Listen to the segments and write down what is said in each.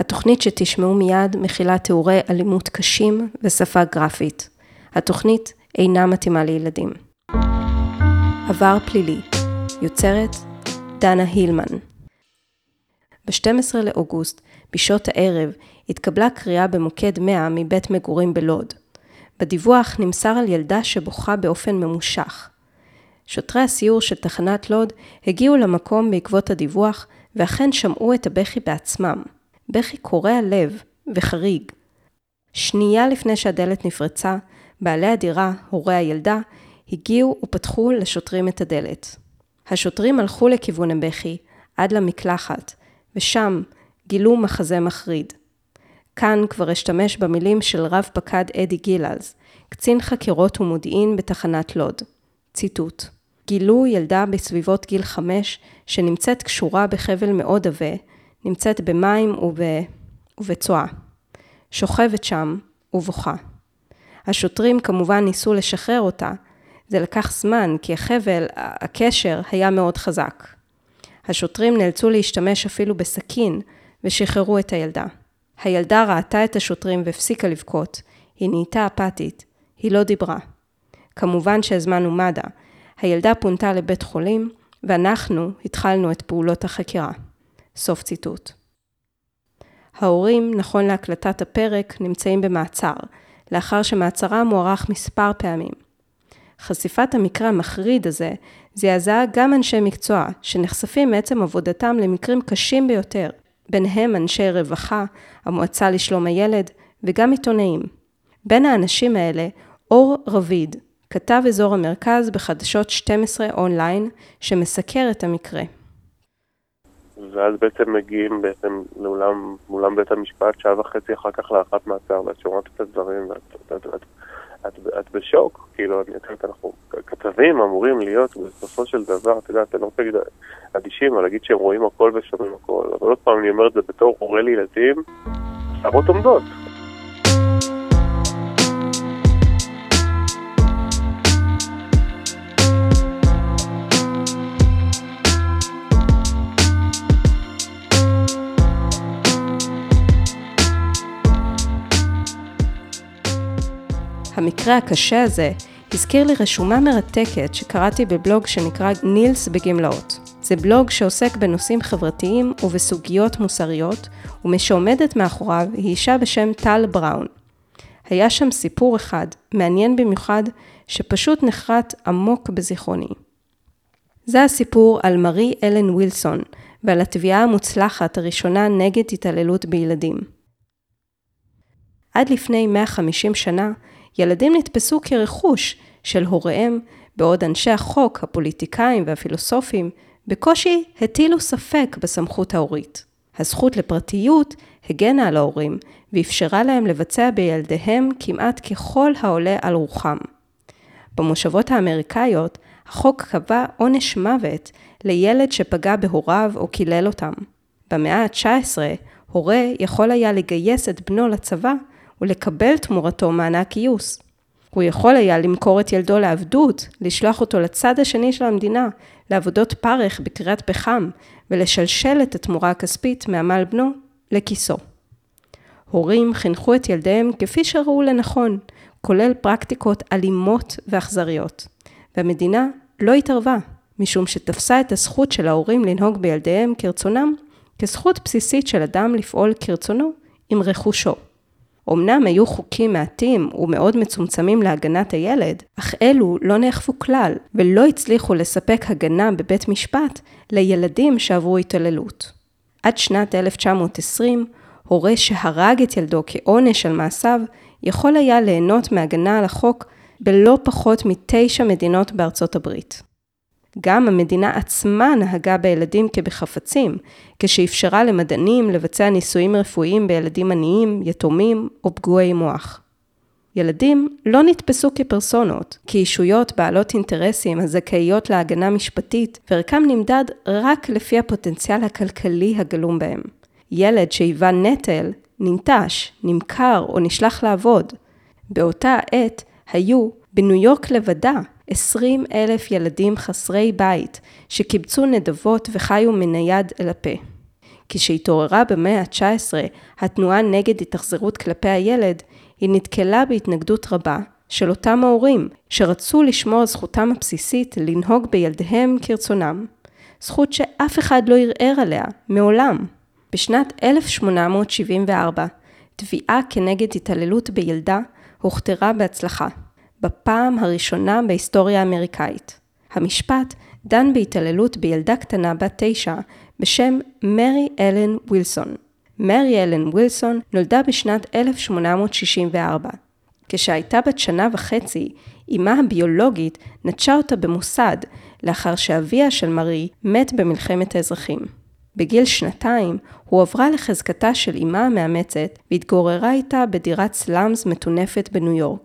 התוכנית שתשמעו מיד מכילה תיאורי אלימות קשים ושפה גרפית. התוכנית אינה מתאימה לילדים. עבר פלילי. יוצרת דנה הילמן. ב-12 לאוגוסט, בשעות הערב, התקבלה קריאה במוקד 100 מבית מגורים בלוד. בדיווח נמסר על ילדה שבוכה באופן ממושך. שוטרי הסיור של תחנת לוד הגיעו למקום בעקבות הדיווח, ואכן שמעו את הבכי בעצמם. בכי קורע לב וחריג. שנייה לפני שהדלת נפרצה, בעלי הדירה, הורי הילדה, הגיעו ופתחו לשוטרים את הדלת. השוטרים הלכו לכיוון הבכי, עד למקלחת, ושם גילו מחזה מחריד. כאן כבר השתמש במילים של רב פקד אדי גילאז, קצין חקירות ומודיעין בתחנת לוד. ציטוט: גילו ילדה בסביבות גיל 5 שנמצאת קשורה בחבל מאוד עבה, נמצאת במים ובצועה. שוכבת שם ובוכה. השוטרים כמובן ניסו לשחרר אותה. זה לקח זמן כי החבל, הקשר, היה מאוד חזק. השוטרים נאלצו להשתמש אפילו בסכין ושחררו את הילדה. הילדה ראתה את השוטרים והפסיקה לבכות. היא נהייתה אפתית. היא לא דיברה. כמובן שהזמנו מד"א. הילדה פונתה לבית חולים, ואנחנו התחלנו את פעולות החקירה. סוף ציטוט. ההורים, נכון להקלטת הפרק, נמצאים במעצר, לאחר שמעצרה מוארך מספר פעמים. חשיפת המקרה המחריד הזה זעזעה גם אנשי מקצוע, שנחשפים מעצם עבודתם למקרים קשים ביותר, ביניהם אנשי רווחה, המועצה לשלום הילד, וגם עיתונאים. בין האנשים האלה, אור רביד, כתב אזור המרכז בחדשות 12 אונליין, שמסקר את המקרה. ואז בעצם מגיעים לאולם בית המשפט, שעה וחצי אחר כך להארכת מעצר, ואת שומעת את הדברים, ואת בשוק, כאילו, אנחנו כתבים אמורים להיות בסופו של דבר, אתה יודע, אתה לא רוצה להגיד אדישים, אבל להגיד שהם רואים הכל ושומעים הכל, אבל עוד פעם אני אומר את זה בתור הורה לילדים, שערות עומדות. המקרה הקשה הזה הזכיר לי רשומה מרתקת שקראתי בבלוג שנקרא נילס בגמלאות. זה בלוג שעוסק בנושאים חברתיים ובסוגיות מוסריות, ומי שעומדת מאחוריו היא אישה בשם טל בראון. היה שם סיפור אחד, מעניין במיוחד, שפשוט נחרט עמוק בזיכרוני. זה הסיפור על מארי אלן ווילסון, ועל התביעה המוצלחת הראשונה נגד התעללות בילדים. עד לפני 150 שנה, ילדים נתפסו כרכוש של הוריהם, בעוד אנשי החוק, הפוליטיקאים והפילוסופים, בקושי הטילו ספק בסמכות ההורית. הזכות לפרטיות הגנה על ההורים, ואפשרה להם לבצע בילדיהם כמעט ככל העולה על רוחם. במושבות האמריקאיות, החוק קבע עונש מוות לילד שפגע בהוריו או קילל אותם. במאה ה-19, הורה יכול היה לגייס את בנו לצבא, ולקבל תמורתו מענק גיוס. הוא יכול היה למכור את ילדו לעבדות, לשלוח אותו לצד השני של המדינה, לעבודות פרך בקריית פחם, ולשלשל את התמורה הכספית מעמל בנו לכיסו. הורים חינכו את ילדיהם כפי שראו לנכון, כולל פרקטיקות אלימות ואכזריות. והמדינה לא התערבה, משום שתפסה את הזכות של ההורים לנהוג בילדיהם כרצונם, כזכות בסיסית של אדם לפעול כרצונו עם רכושו. אמנם היו חוקים מעטים ומאוד מצומצמים להגנת הילד, אך אלו לא נאכפו כלל ולא הצליחו לספק הגנה בבית משפט לילדים שעברו התעללות. עד שנת 1920, הורה שהרג את ילדו כעונש על מעשיו, יכול היה ליהנות מהגנה על החוק בלא פחות מ9 מדינות בארצות הברית. גם המדינה עצמה נהגה בילדים כבחפצים, כשאפשרה למדענים לבצע ניסויים רפואיים בילדים עניים, יתומים או פגועי מוח. ילדים לא נתפסו כפרסונות, כאישויות בעלות אינטרסים הזכאיות להגנה משפטית, וערכם נמדד רק לפי הפוטנציאל הכלכלי הגלום בהם. ילד שהיווה נטל, ננטש, נמכר או נשלח לעבוד. באותה עת היו בניו יורק לבדה 20,000 ילדים חסרי בית שקיבצו נדבות וחיו מן היד אל הפה. כשהתעוררה במאה ה-19 התנועה נגד התאכזרות כלפי הילד, היא נתקלה בהתנגדות רבה של אותם ההורים שרצו לשמור על זכותם הבסיסית לנהוג בילדיהם כרצונם. זכות שאף אחד לא ערער עליה, מעולם. בשנת 1874, תביעה כנגד התעללות בילדה הוכתרה בהצלחה, בפעם הראשונה בהיסטוריה האמריקאית. המשפט דן בהתעללות בילדה קטנה בת 9 בשם מרי אלן ווילסון. מרי אלן ווילסון נולדה בשנת 1864. כשהייתה בת 1.5 שנה, אמה הביולוגית נטשה אותה במוסד, לאחר שאביה של מרי מת במלחמת האזרחים. בגיל 2 הוא עברה לחזקתה של אמה המאמצת, והתגוררה איתה בדירת סלאמס מטונפת בניו יורק.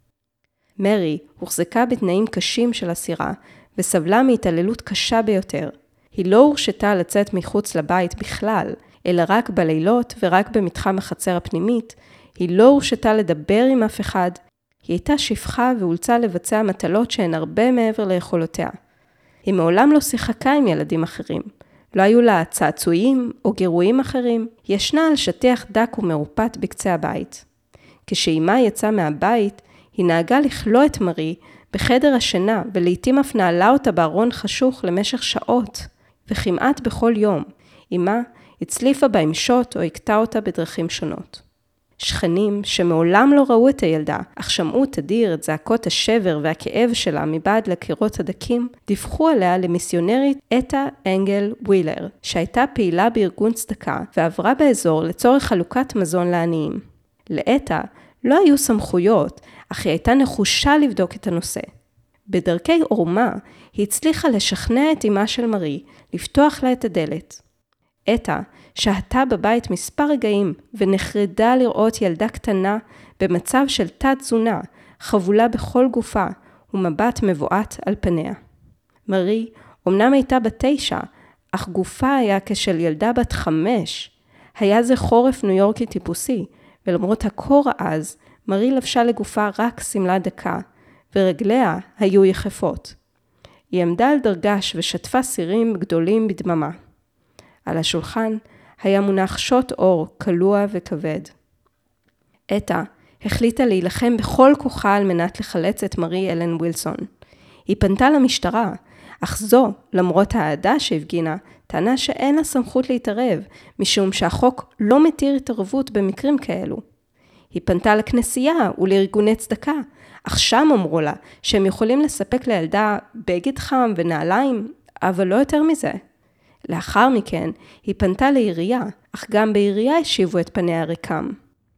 מרי הוחזקה בתנאים קשים של אסירה, וסבלה מהתעללות קשה ביותר. היא לא הורשתה לצאת מחוץ לבית בכלל, אלא רק בלילות ורק במתחם החצר הפנימית. היא לא הורשתה לדבר עם אף אחד. היא הייתה שפחה ואולצה לבצע מטלות שהן הרבה מעבר ליכולותיה. היא מעולם לא שיחקה עם ילדים אחרים. לא היו לה צעצועים או גירויים אחרים. ישנה על שטיח דק ומרופט בקצה הבית. כשאימה יצאה מהבית, היא נהגה לכלוא את מרי בחדר השינה, ולעיתים אף נעלה אותה בארון חשוך למשך שעות, וכמעט בכל יום. אימה הצליפה בה עם שוט או הכתה אותה בדרכים שונות. שכנים שמעולם לא ראו את הילדה, אך שמעו תדיר את זעקות השבר והכאב שלה מבעד לקירות הדקים, דיווחו עליה למיסיונרית אטה אנגל ווילר, שהייתה פעילה בארגון צדקה ועברה באזור לצורך חלוקת מזון לעניים. לאטה לא היו סמכויות, אך היא הייתה נחושה לבדוק את הנושא. בדרכי עורמה היא הצליחה לשכנע את אמה של מרי לפתוח לה את הדלת. אטה שהתה בבית מספר רגעים ונחרדה לראות ילדה קטנה במצב של תת תזונה, חבולה בכל גופה ומבט מבועת על פניה. מרי אמנם הייתה בת 9, אך גופה היה כשל ילדה בת 5. היה זה חורף ניו יורקי טיפוסי, ולמרות הקור העז, מרי לבשה לגופה רק סמלה דקה, ורגליה היו יחפות. היא עמדה על דרגש ושטפה סירים גדולים בדממה. על השולחן היה מונח שוט אור קלוע וכבד. אטה החליטה להילחם בכל כוחה על מנת לחלץ את מרי אלן ווילסון. היא פנתה למשטרה, אך זו, למרות האהדה שהפגינה, טענה שאין לה סמכות להתערב, משום שהחוק לא מתיר התערבות במקרים כאלו. היא פנתה לכנסייה ולארגוני צדקה, אך שם אמרו לה שהם יכולים לספק לילדה בגד חם ונעליים, אבל לא יותר מזה. לאחר מכן היא פנתה לעירייה, אך גם בעירייה השיבו את פניה ריקם.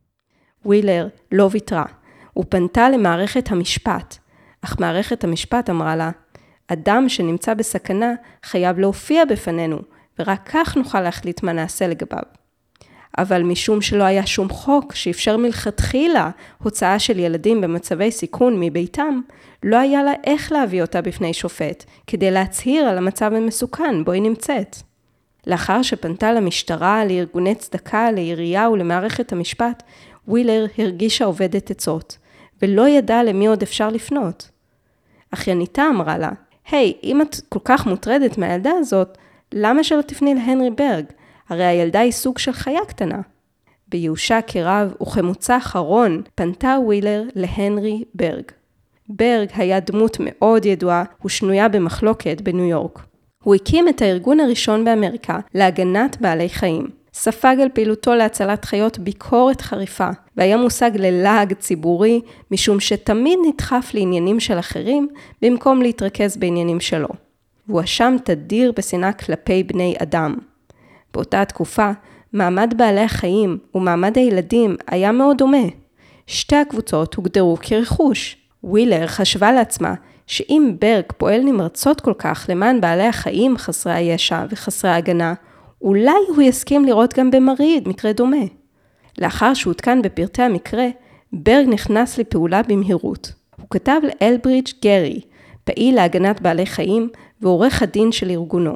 ווילר לא ויתרה, ופנתה למערכת המשפט, אך מערכת המשפט אמרה לה, אדם שנמצא בסכנה חייב להופיע בפנינו, ורק כך נוכל להחליט מה נעשה לגביו. אבל משום שלא היה שום חוק שאפשר מלכתחילה הוצאה של ילדים במצבי סיכון מביתם, לא היה לה איך להביא אותה בפני שופט, כדי להצהיר על המצב המסוכן בו היא נמצאת. לאחר שפנתה למשטרה, לארגוני צדקה, לעירייה ולמערכת המשפט, ווילר הרגישה עובדת עצות, ולא ידעה למי עוד אפשר לפנות. אחייניתה אמרה לה, היי, אם את כל כך מוטרדת מהילדה הזאת, למה שלא תפני להנרי ברג? הרי הילדה היא סוג של חיה קטנה. ביושה כרב וכמוצא אחרון פנתה ווילר להנרי ברג. ברג היה דמות מאוד ידועה ושנויה במחלוקת בניו יורק. הוא הקים את הארגון הראשון באמריקה להגנת בעלי חיים. ספג על פעילותו להצלת חיות ביקורת חריפה, והיה מושג ללעג ציבורי, משום שתמיד נדחף לעניינים של אחרים, במקום להתרכז בעניינים שלו. והוא אשם תדיר בשנאה כלפי בני אדם. באותה התקופה, מעמד בעלי החיים ומעמד הילדים היה מאוד דומה. שתי הקבוצות הוגדרו כרכוש. ווילר חשבה לעצמה שאם ברג פועל נמרצות כל כך למען בעלי החיים חסרי הישע וחסרי ההגנה, אולי הוא יסכים לראות גם במרי מקרה דומה. לאחר שהותקן בפרטי המקרה, ברג נכנס לפעולה במהירות. הוא כתב לאלברידג' גרי, פעיל להגנת בעלי חיים ועורך הדין של ארגונו.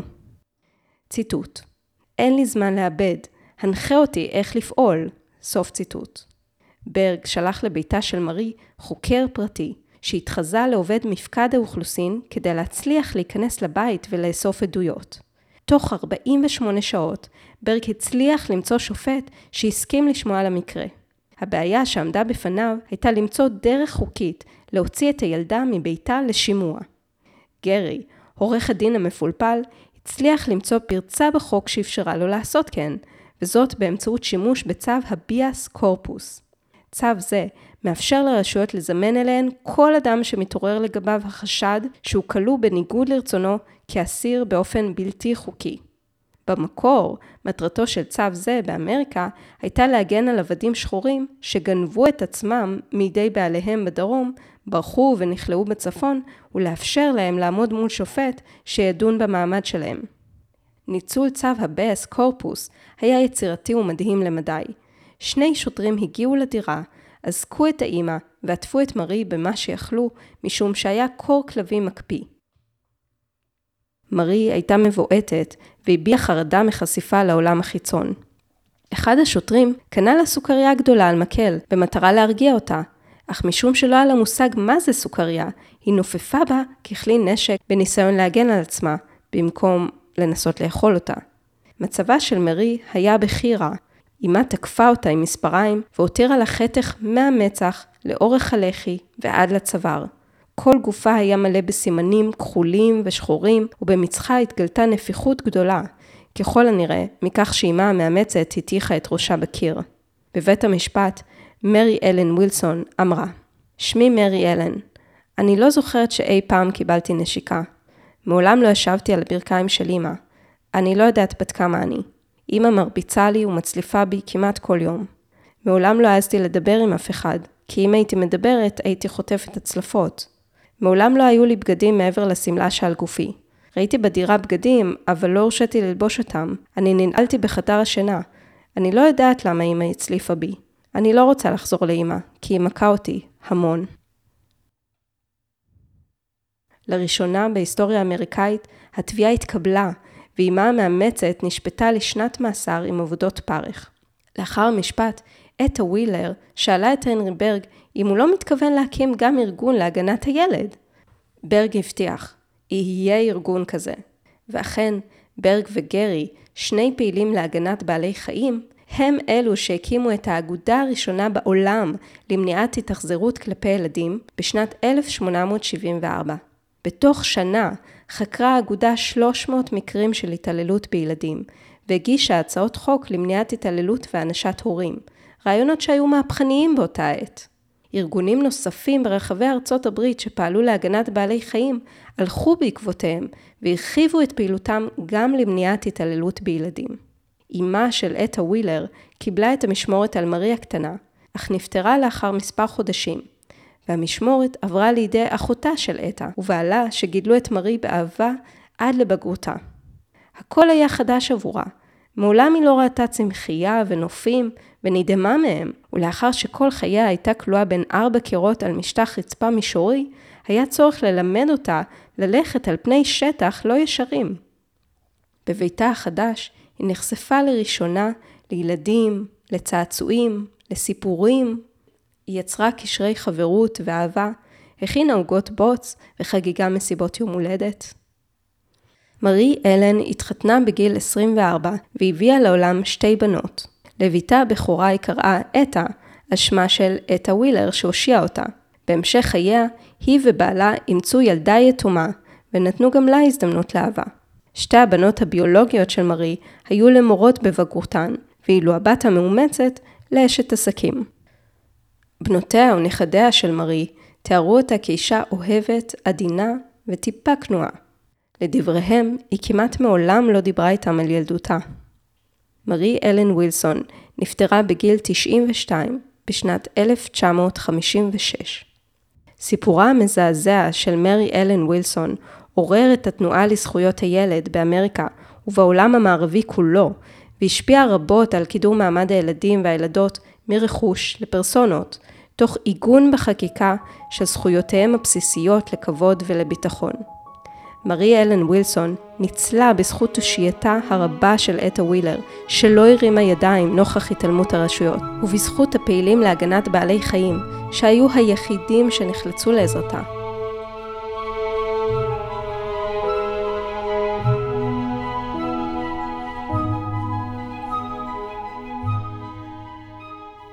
ציטוט: אין לי זמן לאבד, הנחה אותי איך לפעול. סוף ציטוט. ברג שלח לביתה של מרי חוקר פרטי, שהתחזה לעובד מפקד האוכלוסין כדי להצליח להיכנס לבית ולאסוף עדויות. תוך 48 שעות, ברג הצליח למצוא שופט שהסכים לשמוע על המקרה. הבעיה שעמדה בפניו הייתה למצוא דרך חוקית להוציא את הילדה מביתה לשימוע. גרי, עורך הדין המפולפל, הצליח למצוא פרצה בחוק שאפשרה לו לעשות כן, וזאת באמצעות שימוש בצו הביאס קורפוס. צו זה מאפשר לרשויות לזמן אליהן כל אדם שמתעורר לגביו החשד שהוא כלוא בניגוד לרצונו כאסיר באופן בלתי חוקי. במקור, מטרתו של צו זה באמריקה הייתה להגן על עבדים שחורים שגנבו את עצמם מידי בעליהם בדרום, ברחו ונכלאו בצפון, ולאפשר להם לעמוד מול שופט שידון במעמד שלהם. ניצול צו הביאס קורפוס היה יצירתי ומדהים למדי. 2 שוטרים הגיעו לדירה, אזקו את האמא ועטפו את מרי במה שיכלו, משום שהיה קור כלבים מקפיא. מרי הייתה מבועטת והביעה חרדה מחשיפה לעולם החיצון. אחד השוטרים קנה לה סוכריה גדולה על מקל, במטרה להרגיע אותה, אך משום שלא היה לה מושג מה זה סוכריה, היא נופפה בה ככלי נשק בניסיון להגן על עצמה, במקום לנסות לאכול אותה. מצבה של מרי היה בכי רע. אמא תקפה אותה עם מספריים והותירה לה חתך מהמצח לאורך הלחי ועד לצוואר. כל גופה היה מלא בסימנים כחולים ושחורים, ובמצחה התגלתה נפיחות גדולה, ככל הנראה מכך שאמא המאמצת הטיחה את ראשה בקיר. בבית המשפט, מרי אלן ווילסון אמרה, שמי מרי אלן, אני לא זוכרת שאי פעם קיבלתי נשיקה. מעולם לא ישבתי על הברכיים של אמא. אני לא יודעת בת כמה אני. אמא מרביצה לי ומצליפה בי כמעט כל יום. מעולם לא העזתי לדבר עם אף אחד, כי אם הייתי מדברת הייתי חוטפת הצלפות. מעולם לא היו לי בגדים מעבר לסמלה שעל גופי. ראיתי בדירה בגדים, אבל לא הרשיתי ללבוש אותם. אני ננעלתי בחדר השינה. אני לא יודעת למה אמא הצליפה בי. אני לא רוצה לחזור לאמא, כי היא מכה אותי המון. לראשונה בהיסטוריה האמריקאית, התביעה התקבלה, ואמא המאמצת נשפטה לשנת מאסר עם עבודות פרך. לאחר המשפט, אטה ווילר שאלה את הנרי ברג אם הוא לא מתכוון להקים גם ארגון להגנת הילד. ברג הבטיח, יהיה ארגון כזה. ואכן, ברג וגרי, 2 פעילים להגנת בעלי חיים, הם אלו שהקימו את האגודה הראשונה בעולם למניעת התאכזרות כלפי ילדים בשנת 1874. בתוך שנה חקרה האגודה 300 מקרים של התעללות בילדים, והגישה הצעות חוק למניעת התעללות והענשת הורים, רעיונות שהיו מהפכניים באותה עת. ארגונים נוספים ברחבי ארצות הברית שפעלו להגנת בעלי חיים, הלכו בעקבותיהם והרחיבו את פעילותם גם למניעת התעללות בילדים. אמא של אטה ווילר קיבלה את המשמורת על מרי הקטנה, אך נפטרה לאחר מספר חודשים. והמשמורת עברה לידי אחותה של אטה, ובעלה שגידלו את מרי באהבה עד לבגרותה. הכל היה חדש עבורה. מעולם היא לא ראתה צמחייה ונופים ונדהמה מהם, ולאחר שכל חייה הייתה כלואה בין 4 קירות על משטח רצפה מישורי, היה צורך ללמד אותה ללכת על פני שטח לא ישרים. בביתה החדש היא נחשפה לראשונה לילדים, לצעצועים, לסיפורים, היא יצרה קשרי חברות ואהבה, הכינה עוגות בוץ וחגיגה מסיבות יום הולדת. מרי אלן התחתנה בגיל 24 והביאה לעולם 2 בנות. לביתה הבכורה היא קראה אטה, על שמה של אטה ווילר שהושיעה אותה. בהמשך חייה, היא ובעלה אימצו ילדה יתומה ונתנו גם לה הזדמנות לאהבה. 2 הבנות הביולוגיות של מרי היו למורות בבגרותן, ואילו הבת המאומצת לאשת עסקים. בנותיה ונכדיה של מרי תיארו אותה כאישה אוהבת, עדינה וטיפה כנועה. לדבריהם, היא כמעט מעולם לא דיברה איתם על ילדותה. מרי אלן ווילסון נפטרה בגיל 92 בשנת 1956. סיפורה המזעזע של מרי אלן ווילסון עורר את התנועה לזכויות הילד באמריקה ובעולם המערבי כולו, והשפיע רבות על קידום מעמד הילדים והילדות מרכוש לפרסונות, תוך עיגון בחקיקה של זכויותיהם הבסיסיות לכבוד ולביטחון. מרי אלן ווילסון ניצלה בזכות תושייתה הרבה של אטה ווילר, שלא הרימה ידיים נוכח התעלמות הרשויות, ובזכות הפעילים להגנת בעלי חיים, שהיו היחידים שנחלצו לעזרתה.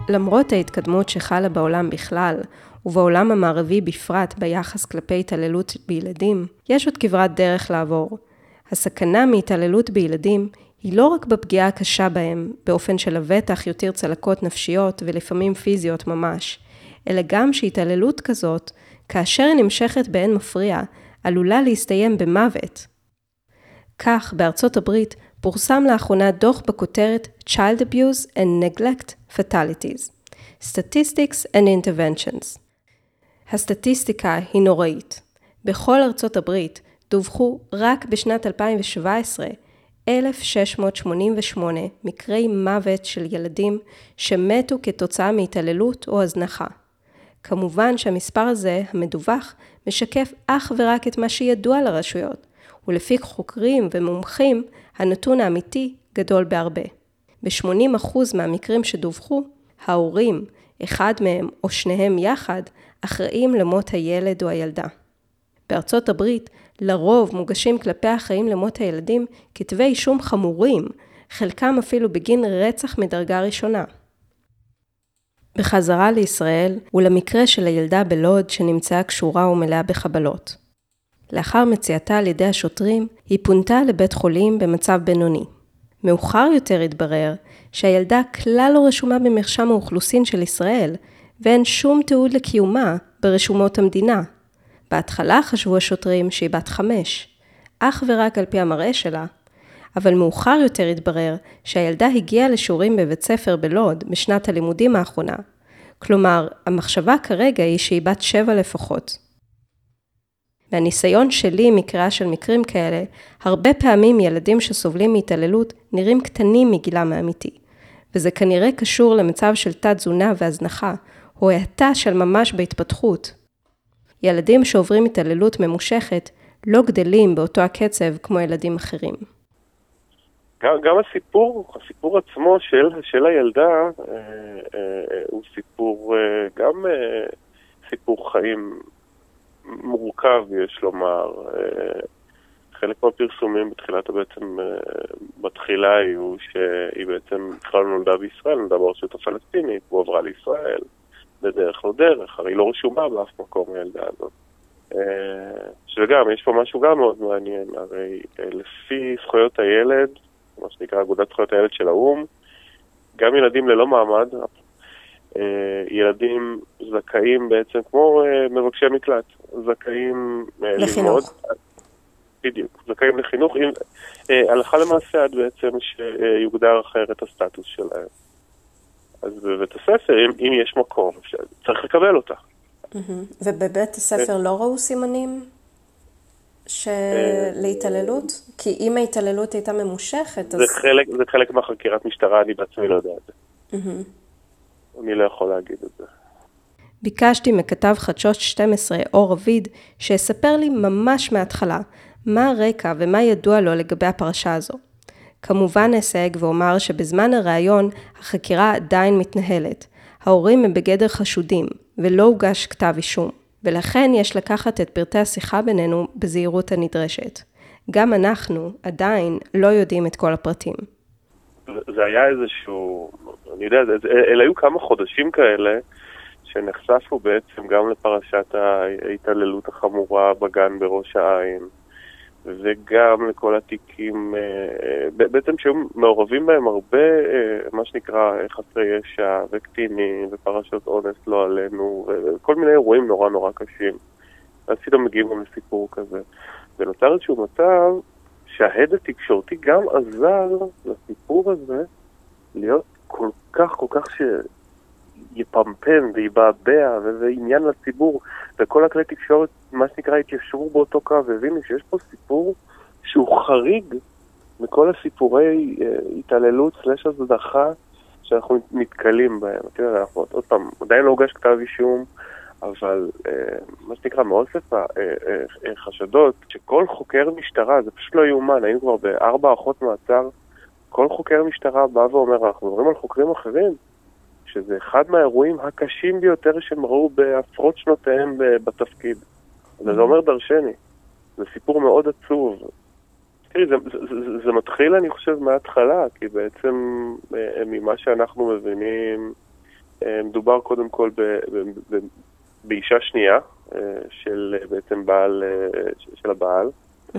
למרות ההתקדמות שחלה בעולם בכלל, ובעולם המערבי בפרט ביחס כלפי התעללות בילדים, יש עוד כברת דרך לעבור. הסכנה מהתעללות בילדים היא לא רק בפגיעה הקשה בהם, באופן שלבטח יותיר צלקות נפשיות ולפעמים פיזיות ממש, אלא גם שהתעללות כזאת, כאשר היא נמשכת באין מפריע, עלולה להסתיים במוות. כך, בארצות הברית פורסם לאחרונה דוח בכותרת Child Abuse and Neglect Fatalities, Statistics and Interventions. הסטטיסטיקה היא נוראית. בכל ארצות הברית דווחו רק בשנת 2017 1,688 מקרי מוות של ילדים שמתו כתוצאה מהתעללות או הזנחה. כמובן שהמספר הזה, המדווח, משקף אך ורק את מה שידוע לרשויות, ולפי חוקרים ומומחים, הנתון האמיתי גדול בהרבה. ב-80% מהמקרים שדווחו, ההורים, אחד מהם או שניהם יחד, אחראים למות הילד או הילדה. בארצות הברית, לרוב מוגשים כלפי האחראים למות הילדים כתבי אישום חמורים, חלקם אפילו בגין רצח מדרגה ראשונה. בחזרה לישראל ולמקרה של הילדה בלוד שנמצאה קשורה ומלאה בחבלות. לאחר מציאתה על ידי השוטרים, היא פונתה לבית חולים במצב בינוני. מאוחר יותר התברר שהילדה כלל לא רשומה במרשם האוכלוסין של ישראל, ואין שום תיעוד לקיומה ברשומות המדינה. בהתחלה חשבו השוטרים שהיא בת 5, אך ורק על פי המראה שלה, אבל מאוחר יותר התברר שהילדה הגיעה לשיעורים בבית ספר בלוד בשנת הלימודים האחרונה. כלומר, המחשבה כרגע היא שהיא בת 7 לפחות. מהניסיון שלי מקריאה של מקרים כאלה, הרבה פעמים ילדים שסובלים מהתעללות נראים קטנים מגילם האמיתי, וזה כנראה קשור למצב של תת-תזונה והזנחה, או האטה של ממש בהתפתחות. ילדים שעוברים התעללות ממושכת לא גדלים באותו הקצב כמו ילדים אחרים. גם הסיפור עצמו של הילדה הוא סיפור, גם סיפור חיים מורכב, יש לומר. חלק מהפרסומים בתחילה היו שהיא בעצם בכלל נולדה בישראל, נולדה ברשות הפלסטינית, ועברה לישראל בדרך לא דרך, הרי היא לא רשומה באף מקום הילדה הזאת. שגם, יש פה משהו גם מאוד מעניין, הרי לפי זכויות הילד, מה שנקרא אגודת זכויות הילד של האו"ם, גם ילדים ללא מעמד, ילדים זכאים בעצם, כמו מבקשי מקלט, זכאים ללמוד. בדיוק, זכאים לחינוך, הלכה למעשה עד בעצם שיוגדר אחרת הסטטוס שלהם. אז בבית הספר, אם יש מקום, צריך לקבל אותה. ובבית הספר לא ראו סימנים להתעללות? כי אם ההתעללות הייתה ממושכת, אז... זה חלק מהחקירת משטרה, אני בעצמי לא יודע את זה. אני לא יכול להגיד את זה. ביקשתי מכתב חדשות 12, אור רביד, שיספר לי ממש מההתחלה מה הרקע ומה ידוע לו לגבי הפרשה הזו. כמובן אסייג ואומר שבזמן הראיון החקירה עדיין מתנהלת. ההורים הם בגדר חשודים ולא הוגש כתב אישום, ולכן יש לקחת את פרטי השיחה בינינו בזהירות הנדרשת. גם אנחנו עדיין לא יודעים את כל הפרטים. זה היה איזשהו, אני יודע, אלה היו כמה חודשים כאלה שנחשפו בעצם גם לפרשת ההתעללות החמורה בגן בראש העין, וגם לכל התיקים, בעצם שהיו מעורבים בהם הרבה, מה שנקרא, חסרי ישע וקטינים ופרשות אונס לא עלינו, וכל מיני אירועים נורא נורא קשים. אז פתאום מגיעים גם לסיפור כזה. ונוצר איזשהו מצב שההד התקשורתי גם עזר לסיפור הזה להיות כל כך שיפמפם ויבעבע, וזה עניין לציבור, וכל הכלי תקשורת, מה שנקרא, התיישרו באותו קו, והבינו שיש פה סיפור שהוא חריג מכל הסיפורי התעללות סלש הזדחה שאנחנו נתקלים בהם. תראה, אנחנו עוד פעם, עדיין לא הוגש כתב אישום, אבל מה שנקרא, מאוסף חשדות, שכל חוקר משטרה, זה פשוט לא יאומן, היינו כבר ב4 הארכות מעצר, כל חוקר משטרה בא ואומר, אנחנו מדברים על חוקרים אחרים, שזה אחד מהאירועים הקשים ביותר שהם ראו בעשרות שנותיהם בתפקיד. זה אומר דרשני. זה סיפור מאוד עצוב. תראי, זה מתחיל, אני חושב, מההתחלה, כי בעצם ממה שאנחנו מבינים, מדובר קודם כל באישה שנייה, של בעצם בעל, של הבעל.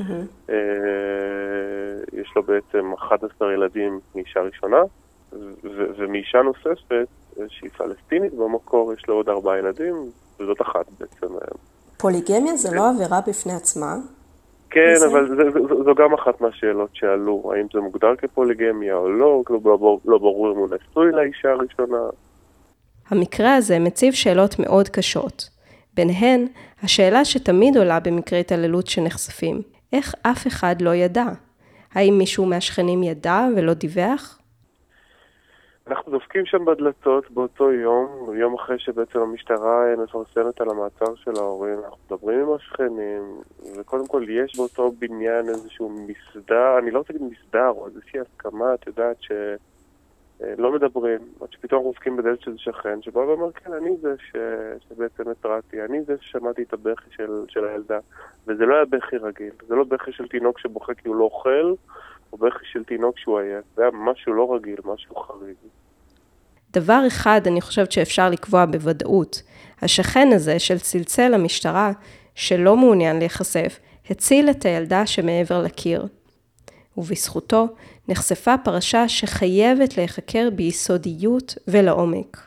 יש לו בעצם 11 ילדים מאישה ראשונה, ומאישה נוספת, שהיא פלסטינית, במקור יש לו עוד 4 ילדים, וזאת אחת בעצם. פוליגמיה זה לא עבירה בפני עצמה? כן, אבל זו גם אחת מהשאלות שעלו, האם זה מוגדר כפוליגמיה או לא, לא ברור אם הוא נשוי לאישה הראשונה. המקרה הזה מציב שאלות מאוד קשות. ביניהן, השאלה שתמיד עולה במקרה התעללות שנחשפים, איך אף אחד לא ידע? האם מישהו מהשכנים ידע ולא דיווח? אנחנו דופקים שם בדלתות באותו יום אחרי שבעצם המשטרה מפרסמת על המעצר של ההורים, אנחנו מדברים עם השכנים, וקודם כל יש באותו בניין איזשהו מסדר, אני לא רוצה להגיד מסדר, או איזושהי הסכמה, את יודעת שלא מדברים, עד שפתאום רופקים בדלת של שכן, שבא ואומר, כן, אני זה שבעצם התרעתי, אני זה ששמעתי את הבכי של הילדה, וזה לא היה בכי רגיל, זה לא בכי של תינוק שבוכה כי הוא לא אוכל, או בכי של תינוק שהוא עייף, זה היה משהו לא רגיל, משהו חריג. דבר אחד אני חושבת שאפשר לקבוע בוודאות, השכן הזה של צלצל המשטרה, שלא מעוניין להיחשף, הציל את הילדה שמעבר לקיר. ובזכותו נחשפה פרשה שחייבת להיחקר ביסודיות ולעומק.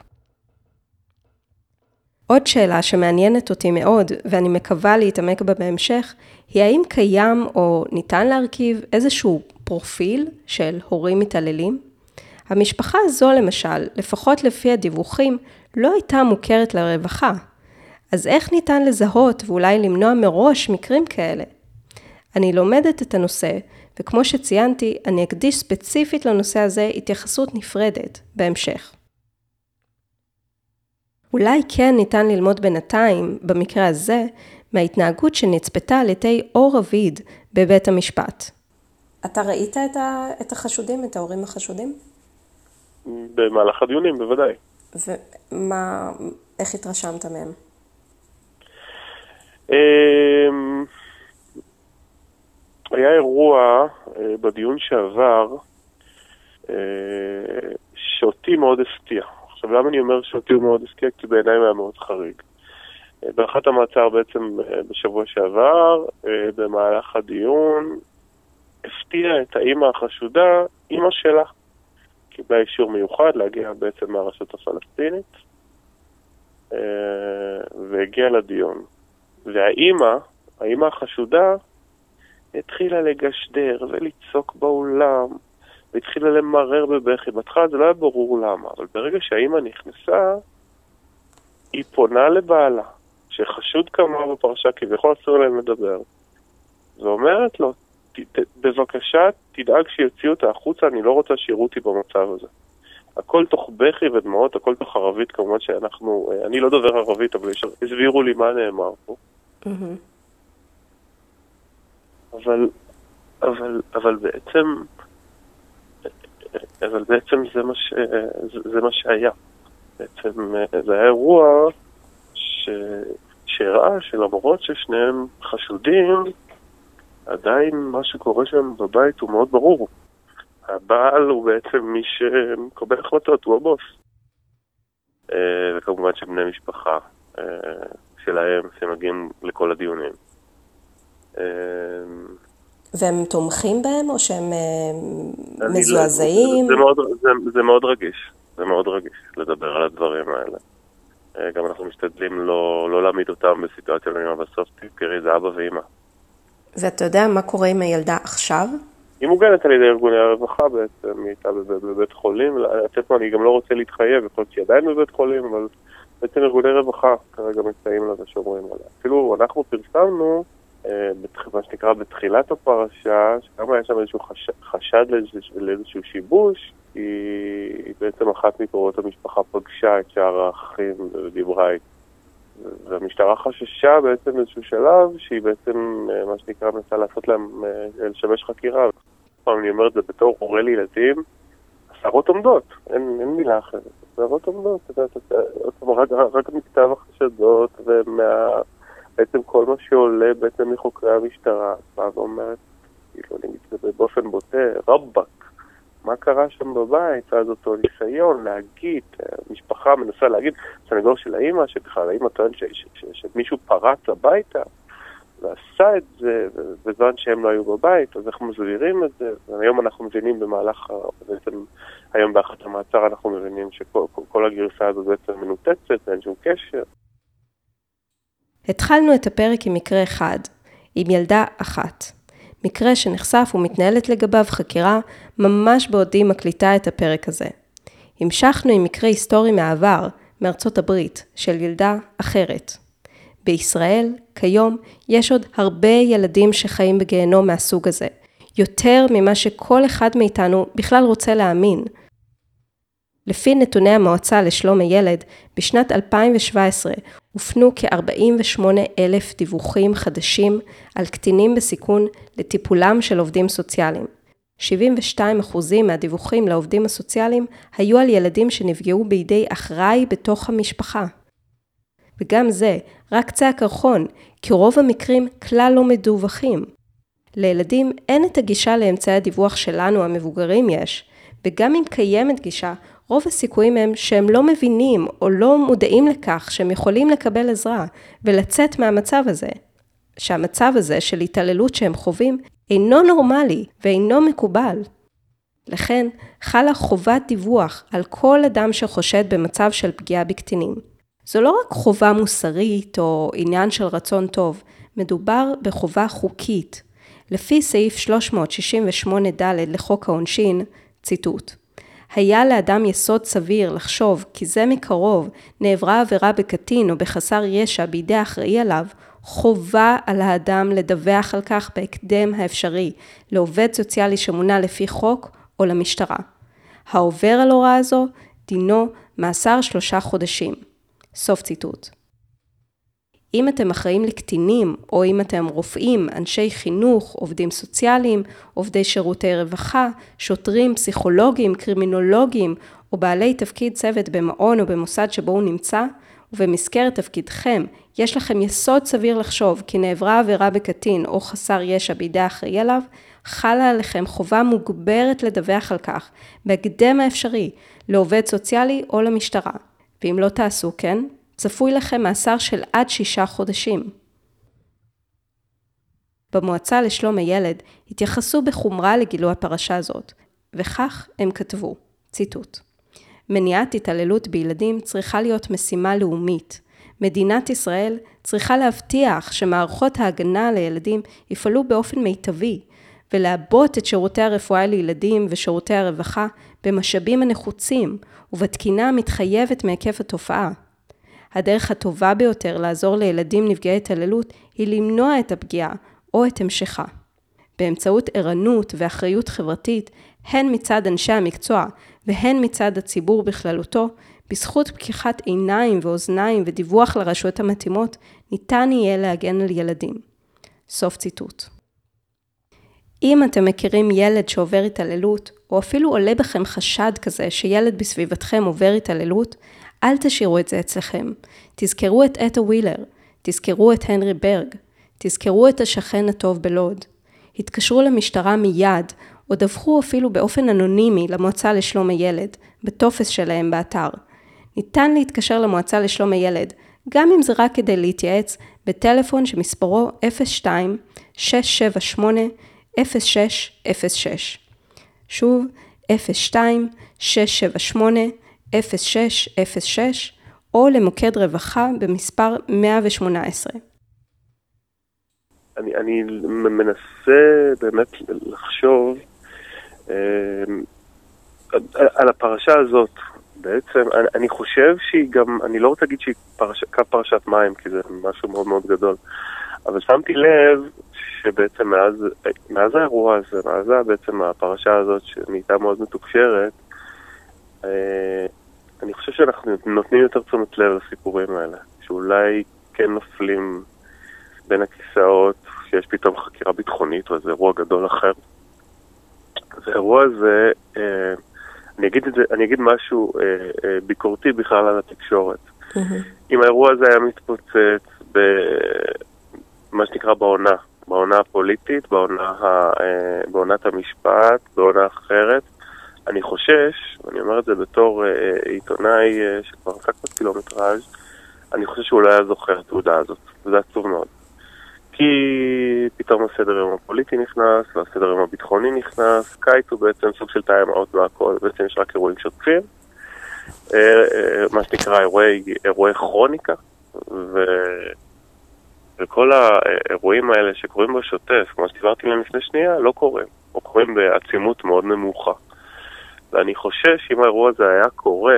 עוד שאלה שמעניינת אותי מאוד, ואני מקווה להתעמק בה בהמשך, היא האם קיים או ניתן להרכיב איזשהו פרופיל של הורים מתעללים? המשפחה הזו למשל, לפחות לפי הדיווחים, לא הייתה מוכרת לרווחה. אז איך ניתן לזהות ואולי למנוע מראש מקרים כאלה? אני לומדת את הנושא, וכמו שציינתי, אני אקדיש ספציפית לנושא הזה התייחסות נפרדת בהמשך. אולי כן ניתן ללמוד בינתיים, במקרה הזה, מההתנהגות שנצפתה על ידי אור רביד בבית המשפט. אתה ראית את החשודים, את ההורים החשודים? במהלך הדיונים, בוודאי. איך התרשמת מהם? היה אירוע בדיון שעבר שאותי מאוד הפתיע. עכשיו, למה אני אומר שאותי מאוד הפתיע? כי בעיניי היה מאוד חריג. באחת המעצר בעצם בשבוע שעבר, במהלך הדיון, הפתיע את האמא החשודה, אמא שלה. קיבלה אישור מיוחד להגיע בעצם מהרשות הפלסטינית, והגיעה לדיון. והאמא החשודה, התחילה לגשדר ולצעוק באולם, והתחילה למרר בבכי. בהתחלה זה לא היה ברור למה, אבל ברגע שהאמא נכנסה, היא פונה לבעלה, שחשוד כמה בפרשה, כביכול אסור להם לדבר, ואומרת לו, בבקשה תדאג שיוציאו אותה החוצה, אני לא רוצה שיראו אותי במצב הזה. הכל תוך בכי ודמעות, הכל תוך ערבית, כמובן אני לא דובר ערבית, אבל הסבירו לי מה נאמר פה. אבל בעצם זה מה שהיה. בעצם זה היה אירוע שהראה שלמרות ששניהם חשודים, עדיין מה שקורה שם בבית הוא מאוד ברור. הבעל הוא בעצם מי שמקבל החלטות, הוא הבוס. וכמובן שבני משפחה שלהם שמגיעים לכל הדיונים. והם תומכים בהם או שהם מזועזעים? זה מאוד רגיש. זה מאוד רגיש לדבר על הדברים האלה. גם אנחנו משתדלים לא להעמיד אותם בסיטואציה, אבל בסוף תזכרי זה אבא ואמא. ואתה יודע מה קורה עם הילדה עכשיו? היא מוגנת על ידי ארגוני הרווחה בעצם, היא הייתה בבית חולים, אני גם לא רוצה להתחייב, יכול להיות שהיא עדיין בבית חולים, אבל בעצם ארגוני רווחה כרגע מצאים לה ושומרים עליה. אפילו אנחנו פרסמנו, מה שנקרא בתחילת הפרשה, שגם היה שם איזשהו חשד לאיזשהו שיבוש, היא בעצם אחת מקורות המשפחה פגשה את שאר האחים ודיברה איתה. והמשטרה חששה בעצם איזשהו שלב שהיא בעצם, מה שנקרא, מנסה לעשות להם, לשמש חקירה. פעם אני אומר את זה בתור הורה לילדים, השערות עומדות, אין מילה אחרת. השערות עומדות, רק מכתב החשדות בעצם כל מה שעולה בעצם מחוקרי המשטרה, באה ואומרת, כאילו אני מתכוון באופן בוטה, רבק, מה קרה שם בבית? אז אותו ניסיון להגיד, משפחה המשפחה מנסה להגיד, סנגור של האמא, שבכלל האמא טוען שמישהו פרץ הביתה, ועשה את זה, בזמן שהם לא היו בבית, אז איך מסבירים את זה? והיום אנחנו מבינים במהלך, בעצם היום באחת המעצר אנחנו מבינים שכל הגרסה הזו בעצם מנותצת, אין שום קשר. התחלנו את הפרק עם מקרה אחד, עם ילדה אחת. מקרה שנחשף ומתנהלת לגביו חקירה ממש בעודי מקליטה את הפרק הזה. המשכנו עם מקרה היסטורי מהעבר, מארצות הברית, של ילדה אחרת. בישראל, כיום, יש עוד הרבה ילדים שחיים בגיהנום מהסוג הזה, יותר ממה שכל אחד מאיתנו בכלל רוצה להאמין. לפי נתוני המועצה לשלום הילד, בשנת 2017 הופנו כ-48,000 דיווחים חדשים על קטינים בסיכון לטיפולם של עובדים סוציאליים. 72% מהדיווחים לעובדים הסוציאליים היו על ילדים שנפגעו בידי אחראי בתוך המשפחה. וגם זה, רק קצה הקרחון, כי רוב המקרים כלל לא מדווחים. לילדים אין את הגישה לאמצעי הדיווח שלנו המבוגרים יש, וגם אם קיימת גישה, רוב הסיכויים הם שהם לא מבינים או לא מודעים לכך שהם יכולים לקבל עזרה ולצאת מהמצב הזה. שהמצב הזה של התעללות שהם חווים אינו נורמלי ואינו מקובל. לכן חלה חובת דיווח על כל אדם שחושד במצב של פגיעה בקטינים. זו לא רק חובה מוסרית או עניין של רצון טוב, מדובר בחובה חוקית. לפי סעיף 368ד לחוק העונשין, ציטוט: היה לאדם יסוד סביר לחשוב כי זה מקרוב נעברה עבירה בקטין או בחסר ישע בידי האחראי עליו, חובה על האדם לדווח על כך בהקדם האפשרי לעובד סוציאלי שמונה לפי חוק או למשטרה. העובר על הוראה זו דינו מאסר 3 חודשים. סוף ציטוט. אם אתם אחראים לקטינים, או אם אתם רופאים, אנשי חינוך, עובדים סוציאליים, עובדי שירותי רווחה, שוטרים, פסיכולוגים, קרימינולוגים, או בעלי תפקיד צוות במעון או במוסד שבו הוא נמצא, ובמסגרת תפקידכם יש לכם יסוד סביר לחשוב כי נעברה עבירה בקטין או חסר ישע בידי האחראי עליו, חלה עליכם חובה מוגברת לדווח על כך, בהקדם האפשרי, לעובד סוציאלי או למשטרה. ואם לא תעשו כן, צפוי לכם מאסר של עד 6 חודשים. במועצה לשלום הילד התייחסו בחומרה לגילוי הפרשה הזאת, וכך הם כתבו, ציטוט: מניעת התעללות בילדים צריכה להיות משימה לאומית. מדינת ישראל צריכה להבטיח שמערכות ההגנה לילדים יפעלו באופן מיטבי, ולעבות את שירותי הרפואה לילדים ושירותי הרווחה במשאבים הנחוצים ובתקינה המתחייבת מהיקף התופעה. הדרך הטובה ביותר לעזור לילדים נפגעי התעללות היא למנוע את הפגיעה או את המשכה. באמצעות ערנות ואחריות חברתית, הן מצד אנשי המקצוע והן מצד הציבור בכללותו, בזכות פקיחת עיניים ואוזניים ודיווח לרשויות המתאימות, ניתן יהיה להגן על ילדים. סוף ציטוט. אם אתם מכירים ילד שעובר התעללות, או אפילו עולה בכם חשד כזה שילד בסביבתכם עובר התעללות, אל תשאירו את זה אצלכם. תזכרו את אטה ווילר, תזכרו את הנרי ברג, תזכרו את השכן הטוב בלוד. התקשרו למשטרה מיד, או דווחו אפילו באופן אנונימי למועצה לשלום הילד, בטופס שלהם באתר. ניתן להתקשר למועצה לשלום הילד, גם אם זה רק כדי להתייעץ, בטלפון שמספרו 02-678-0606. שוב, 02-678-0606, או למוקד רווחה במספר 118. אני מנסה באמת לחשוב על הפרשה הזאת. בעצם אני חושב שהיא גם, אני לא רוצה להגיד שהיא קו פרשת מים, כי זה משהו מאוד מאוד גדול, אבל שמתי לב שבעצם מאז האירוע הזה, מאז בעצם הפרשה הזאת שנהייתה מאוד מתוקשרת, אני חושב שאנחנו נותנים יותר תשומת לב לסיפורים האלה, שאולי כן נופלים בין הכיסאות, שיש פתאום חקירה ביטחונית או איזה אירוע גדול אחר. והאירוע הזה, אני אגיד משהו ביקורתי בכלל על התקשורת. אם האירוע הזה היה מתפוצץ במה שנקרא בעונה הפוליטית, בעונת המשפט, בעונה אחרת, אני חושש, ואני אומר את זה בתור עיתונאי שכבר עסק בקילומטראז', אני חושב שהוא לא היה זוכר את התעודה הזאת. זה עצוב מאוד. כי פתאום הסדר יום הפוליטי נכנס, והסדר יום הביטחוני נכנס, קיץ הוא בעצם סוג של טיים אאוט מהכל, בעצם יש רק אירועים שוטפים, מה שנקרא אירועי כרוניקה, וכל האירועים האלה שקורים בשוטף, כמו שדיברתי להם לפני שנייה, לא קורים, או קורים בעצימות מאוד נמוכה. ואני חושש שאם האירוע הזה היה קורה,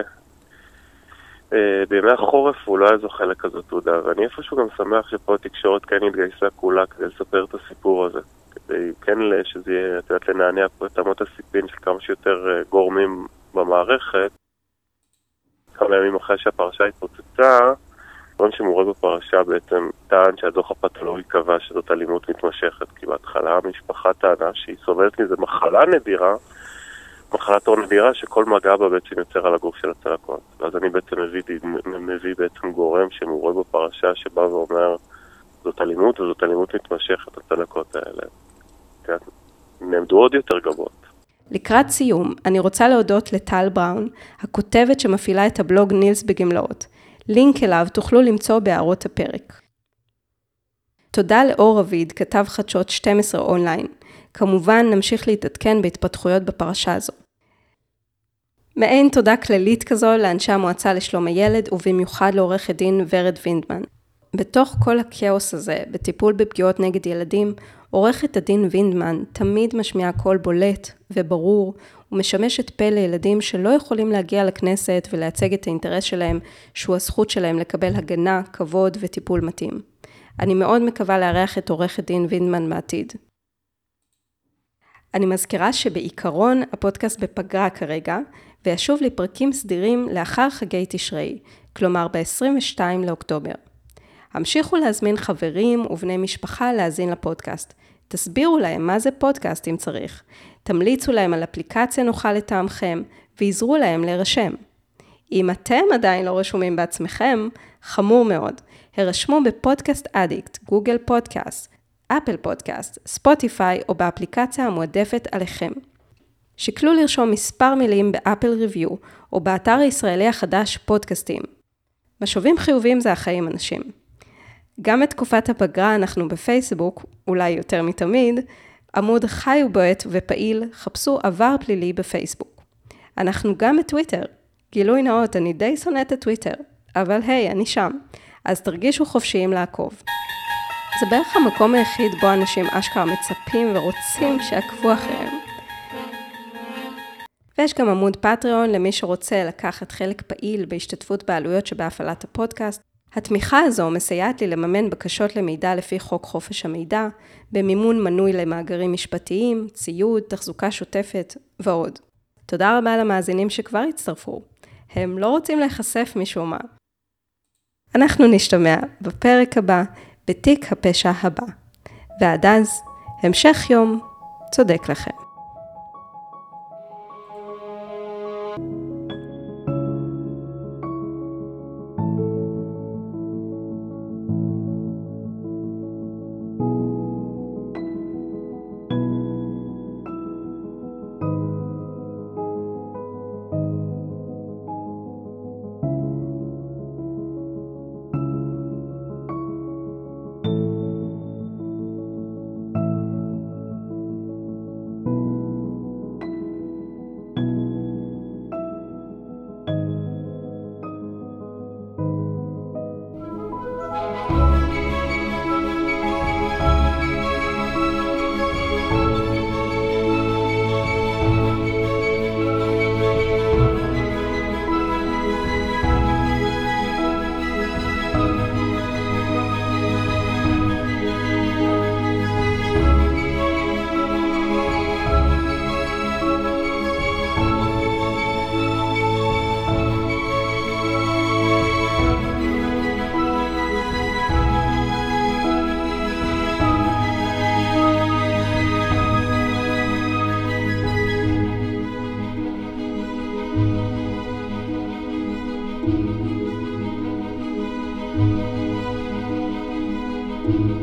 בימי החורף הוא לא היה זוכה לכזאת תעודה, ואני איפשהו גם שמח שפה התקשורת כן התגייסה כולה כדי לספר את הסיפור הזה, כדי כן שזה יהיה, את יודעת, לנענע פה את אמות הסיפין של כמה שיותר גורמים במערכת. כמה ימים אחרי שהפרשה התפוצצה, גורם שמורה בפרשה בעצם טען שהדוח הפתולוגי קבע שזאת אלימות מתמשכת, כי בהתחלה המשפחה טענה שהיא סובלת מזה מחלה נדירה, מחלת עור נדירה שכל מגע בה בעצם יוצר על הגוף של הצלקות. אז אני בעצם מביא בעצם גורם שמורה בפרשה שבא ואומר זאת אלימות וזאת אלימות מתמשכת, הצלקות האלה. נעמדו עוד יותר גבות. לקראת סיום, אני רוצה להודות לטל בראון, הכותבת שמפעילה את הבלוג נילס בגמלאות. לינק אליו תוכלו למצוא בהערות הפרק. תודה לאור רביד, כתב חדשות 12 אונליין. כמובן נמשיך להתעדכן בהתפתחויות בפרשה הזו. מעין תודה כללית כזו לאנשי המועצה לשלום הילד ובמיוחד לעורכת דין ורד וינדמן. בתוך כל הכאוס הזה, בטיפול בפגיעות נגד ילדים, עורכת הדין וינדמן תמיד משמיעה קול בולט וברור ומשמשת פה לילדים שלא יכולים להגיע לכנסת ולייצג את האינטרס שלהם, שהוא הזכות שלהם לקבל הגנה, כבוד וטיפול מתאים. אני מאוד מקווה לארח את עורכת דין וינדמן בעתיד. אני מזכירה שבעיקרון הפודקאסט בפגרה כרגע, וישוב לי פרקים סדירים לאחר חגי תשרי, כלומר ב-22 לאוקטובר. המשיכו להזמין חברים ובני משפחה להאזין לפודקאסט. תסבירו להם מה זה פודקאסט אם צריך. תמליצו להם על אפליקציה נוחה לטעמכם, ועזרו להם להירשם. אם אתם עדיין לא רשומים בעצמכם, חמור מאוד. הרשמו בפודקאסט אדיקט, גוגל פודקאסט, אפל פודקאסט, ספוטיפיי או באפליקציה המועדפת עליכם. שקלו לרשום מספר מילים באפל ריוויו או באתר הישראלי החדש פודקאסטים. משובים חיובים זה החיים אנשים. גם את תקופת הפגרה אנחנו בפייסבוק, אולי יותר מתמיד, עמוד חי ובועט ופעיל, חפשו עבר פלילי בפייסבוק. אנחנו גם בטוויטר. גילוי נאות, אני די שונאת את טוויטר, אבל היי, אני שם. אז תרגישו חופשיים לעקוב. זה בערך המקום היחיד בו אנשים אשכרה מצפים ורוצים שעקבו אחריהם. ויש גם עמוד פטריון למי שרוצה לקחת חלק פעיל בהשתתפות בעלויות שבהפעלת הפודקאסט. התמיכה הזו מסייעת לי לממן בקשות למידע לפי חוק חופש המידע, במימון מנוי למאגרים משפטיים, ציוד, תחזוקה שוטפת ועוד. תודה רבה למאזינים שכבר הצטרפו. הם לא רוצים להיחשף משום מה. אנחנו נשתמע בפרק הבא, בתיק הפשע הבא. ועד אז, המשך יום צודק לכם. Thank you.